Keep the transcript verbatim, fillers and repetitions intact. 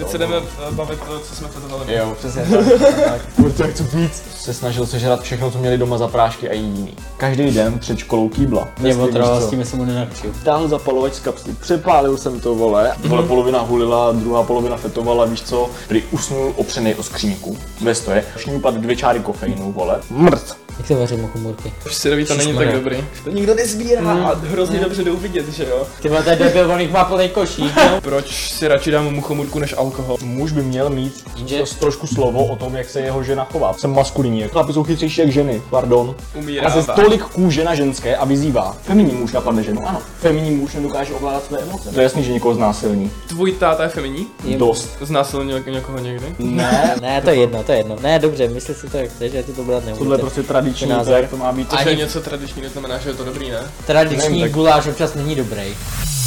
Teď se jdeme bavit, co jsme tetovali. Jo, přesně tak. Kurto, jak co víc. Se snažil sežrat všechno, co měli doma za prášky a jiný. Každý den před školou kýbla. Mě otrval, s tím jsem mu nenachčil. Dál zapalovač z kapsy, přepálil jsem to, vole. Vole, polovina hulila, druhá polovina fetovala, víš co. Prý usnul opřenej o skříňku. Ve stoje. Šňupat dvě čáry kofeinu, vole. Mrt. Jak se vaří muchomůrky? Už syrový to není tak dobrý. To nikdo nezbírá mm. a hrozně mm. dobře jdou vidět, že jo? Ty vole, to je debil, on jich má plný košík, no? Proč si radši dám muchomůrku než alkohol? Muž by měl mít to trošku slovo o tom, jak se jeho žena chová. Jsem maskulinní. Chlapi jsou chytřejší jak ženy, pardon. Umírá. A se tolik kůže na ženské a vyzývá. Feminní muž napadne ženu, ano. Feminní muž nedokáže ovládat své emoce. To je jasný, že někoho znásilní. Tvůj táta je feminní? Dost. Znásilnil někoho někdy? Ne, ne, to je jedno, to je jedno. Ne, dobře, myslí si to, jak chceš, já ti to brát nebudu. Tohle je prostě tradiční, to, jak to má být. To, že je něco tradiční, neznamená, že je to dobrý, ne? Tradiční guláš občas není dobrý.